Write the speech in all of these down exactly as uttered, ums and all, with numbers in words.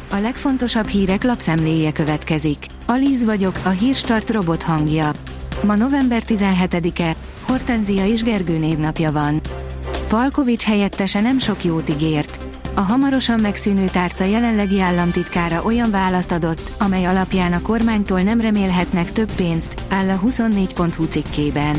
A legfontosabb hírek lapszemléje következik. Alíz vagyok, a Hírstart robot hangja. Ma november tizenhetedike, Hortenzia és Gergő névnapja van. Palkovics helyettese nem sok jót ígért. A hamarosan megszűnő tárca jelenlegi államtitkára olyan választ adott, amely alapján a kormánytól nem remélhetnek több pénzt, áll a huszonnégy pont hu cikkében.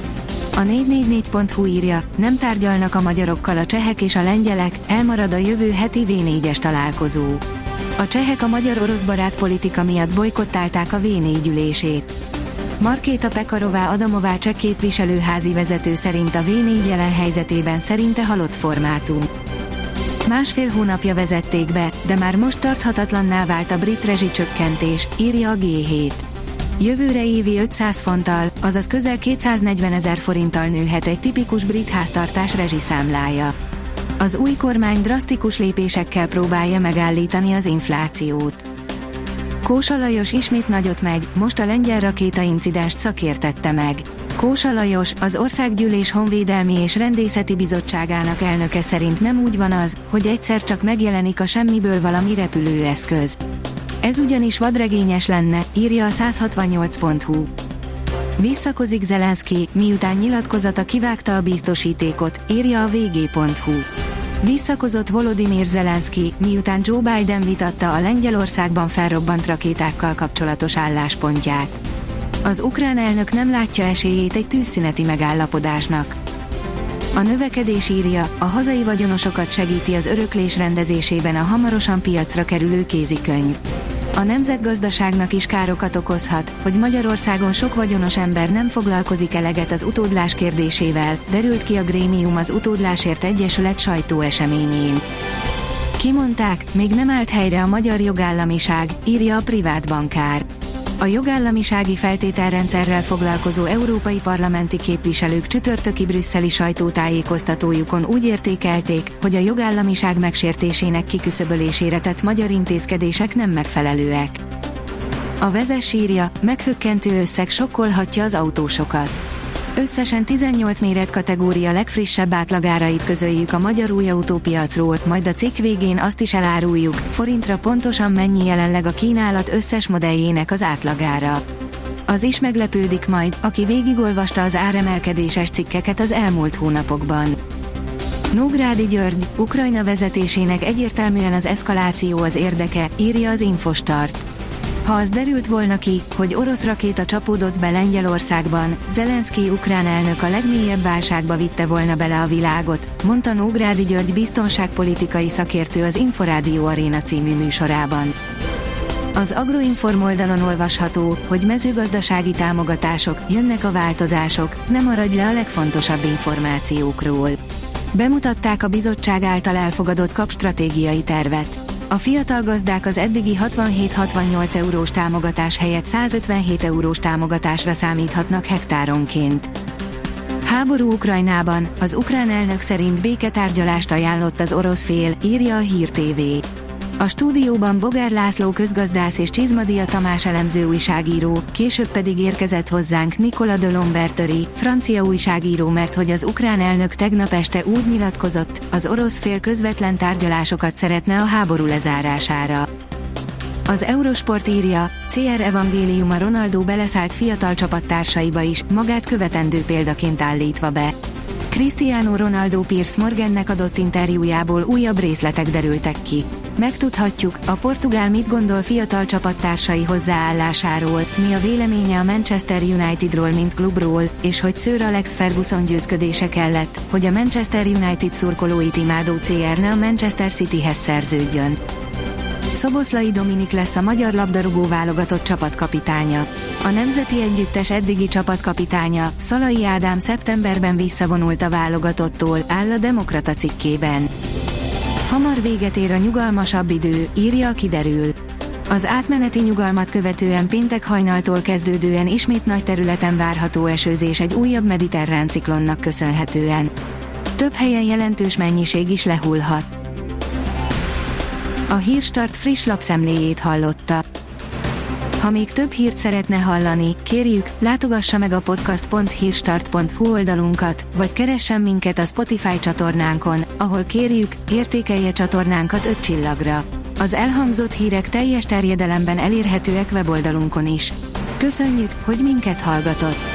A négy négy négy pont hu írja, nem tárgyalnak a magyarokkal a csehek és a lengyelek, elmarad a jövő heti vé négyes találkozó. A csehek a magyar-orosz barát politika miatt bojkottálták a vé négy ülését. Markéta Pekarová-Adamová cseh képviselőházi vezető szerint a vé négy jelen helyzetében szerinte halott formátum. Másfél hónapja vezették be, de már most tarthatatlanná vált a brit rezsicsökkentés, írja a gé hét. Jövőre évi ötszáz fonttal, azaz közel kétszáznegyvenezer forinttal nőhet egy tipikus brit háztartás rezsiszámlája. Az új kormány drasztikus lépésekkel próbálja megállítani az inflációt. Kósa Lajos ismét nagyot megy, most a lengyel rakétaincidenst szakértette meg. Kósa Lajos, az Országgyűlés Honvédelmi és Rendészeti Bizottságának elnöke szerint nem úgy van az, hogy egyszer csak megjelenik a semmiből valami repülőeszköz. Ez ugyanis vadregényes lenne, írja a száz hatvannyolc pont hu. Visszakozik Zelenszky, miután nyilatkozata kivágta a biztosítékot, írja a vé gé pont hu. Visszakozott Volodymyr Zelenszky, miután Joe Biden vitatta a Lengyelországban felrobbant rakétákkal kapcsolatos álláspontját. Az ukrán elnök nem látja esélyét egy tűzszüneti megállapodásnak. A növekedés írja, a hazai vagyonosokat segíti az öröklés rendezésében a hamarosan piacra kerülő kézikönyv. A nemzetgazdaságnak is károkat okozhat, hogy Magyarországon sok vagyonos ember nem foglalkozik eleget az utódlás kérdésével, derült ki a Grémium az Utódlásért Egyesület sajtóeseményén. Kimondták, még nem állt helyre a magyar jogállamiság, írja a privát bankár. A jogállamisági feltételrendszerrel foglalkozó európai parlamenti képviselők csütörtöki brüsszeli sajtótájékoztatójukon úgy értékelték, hogy a jogállamiság megsértésének kiküszöbölésére tett magyar intézkedések nem megfelelőek. A Vezess írja, meghökkentő összeg sokkolhatja az autósokat. Összesen tizennyolc méretkategória legfrissebb átlagárait közöljük a magyar új autópiacról, majd a cikk végén azt is eláruljuk, forintra pontosan mennyi jelenleg a kínálat összes modelljének az átlagára. Az is meglepődik majd, aki végigolvasta az áremelkedéses cikkeket az elmúlt hónapokban. Nógrádi György, Ukrajna vezetésének egyértelműen az eszkaláció az érdeke, írja az Infostart. Ha az derült volna ki, hogy orosz rakéta csapódott be Lengyelországban, Zelenszky ukrán elnök a legmélyebb válságba vitte volna bele a világot, mondta Nógrádi György biztonságpolitikai szakértő az Inforádió Arena című műsorában. Az Agroinform oldalon olvasható, hogy mezőgazdasági támogatások, jönnek a változások, ne maradj le a legfontosabb információkról. Bemutatták a bizottság által elfogadott kapstratégiai tervet. A fiatal gazdák az eddigi hatvanhét-hatvannyolc eurós támogatás helyett százötvenhét eurós támogatásra számíthatnak hektáronként. Háború Ukrajnában, az ukrán elnök szerint béketárgyalást ajánlott az orosz fél, írja a Hír té vé. A stúdióban Bogár László közgazdász és Csizmadia Tamás elemző újságíró, később pedig érkezett hozzánk Nicola de Lambertori, francia újságíró, mert hogy az ukrán elnök tegnap este úgy nyilatkozott, az orosz fél közvetlen tárgyalásokat szeretne a háború lezárására. Az Eurosport írja, cé er evangéliuma Ronaldo beleszállt fiatal csapattársaiba is, magát követendő példaként állítva be. Cristiano Ronaldo Piers Morgannek adott interjújából újabb részletek derültek ki. Megtudhatjuk, a portugál mit gondol fiatal csapattársai hozzáállásáról, mi a véleménye a Manchester Unitedról mint klubról, és hogy Sir Alex Ferguson győzködése kellett, hogy a Manchester United szurkolóit imádó cé er ne a Manchester Cityhez szerződjön. Szoboszlai Dominik lesz a magyar labdarúgó válogatott csapatkapitánya. A nemzeti együttes eddigi csapatkapitánya, Szalai Ádám szeptemberben visszavonult a válogatottól, áll a Demokrata cikkében. Hamar véget ér a nyugalmasabb idő, írja a Kiderül. Az átmeneti nyugalmat követően péntek hajnaltól kezdődően ismét nagy területen várható esőzés egy újabb mediterrán ciklonnak köszönhetően. Több helyen jelentős mennyiség is lehullhat. A Hírstart friss lapszemléjét hallotta. Ha még több hírt szeretne hallani, kérjük, látogassa meg a podcast pont hírstart pont hu oldalunkat, vagy keressen minket a Spotify csatornánkon, ahol kérjük, értékelje csatornánkat öt csillagra. Az elhangzott hírek teljes terjedelemben elérhetőek weboldalunkon is. Köszönjük, hogy minket hallgatott!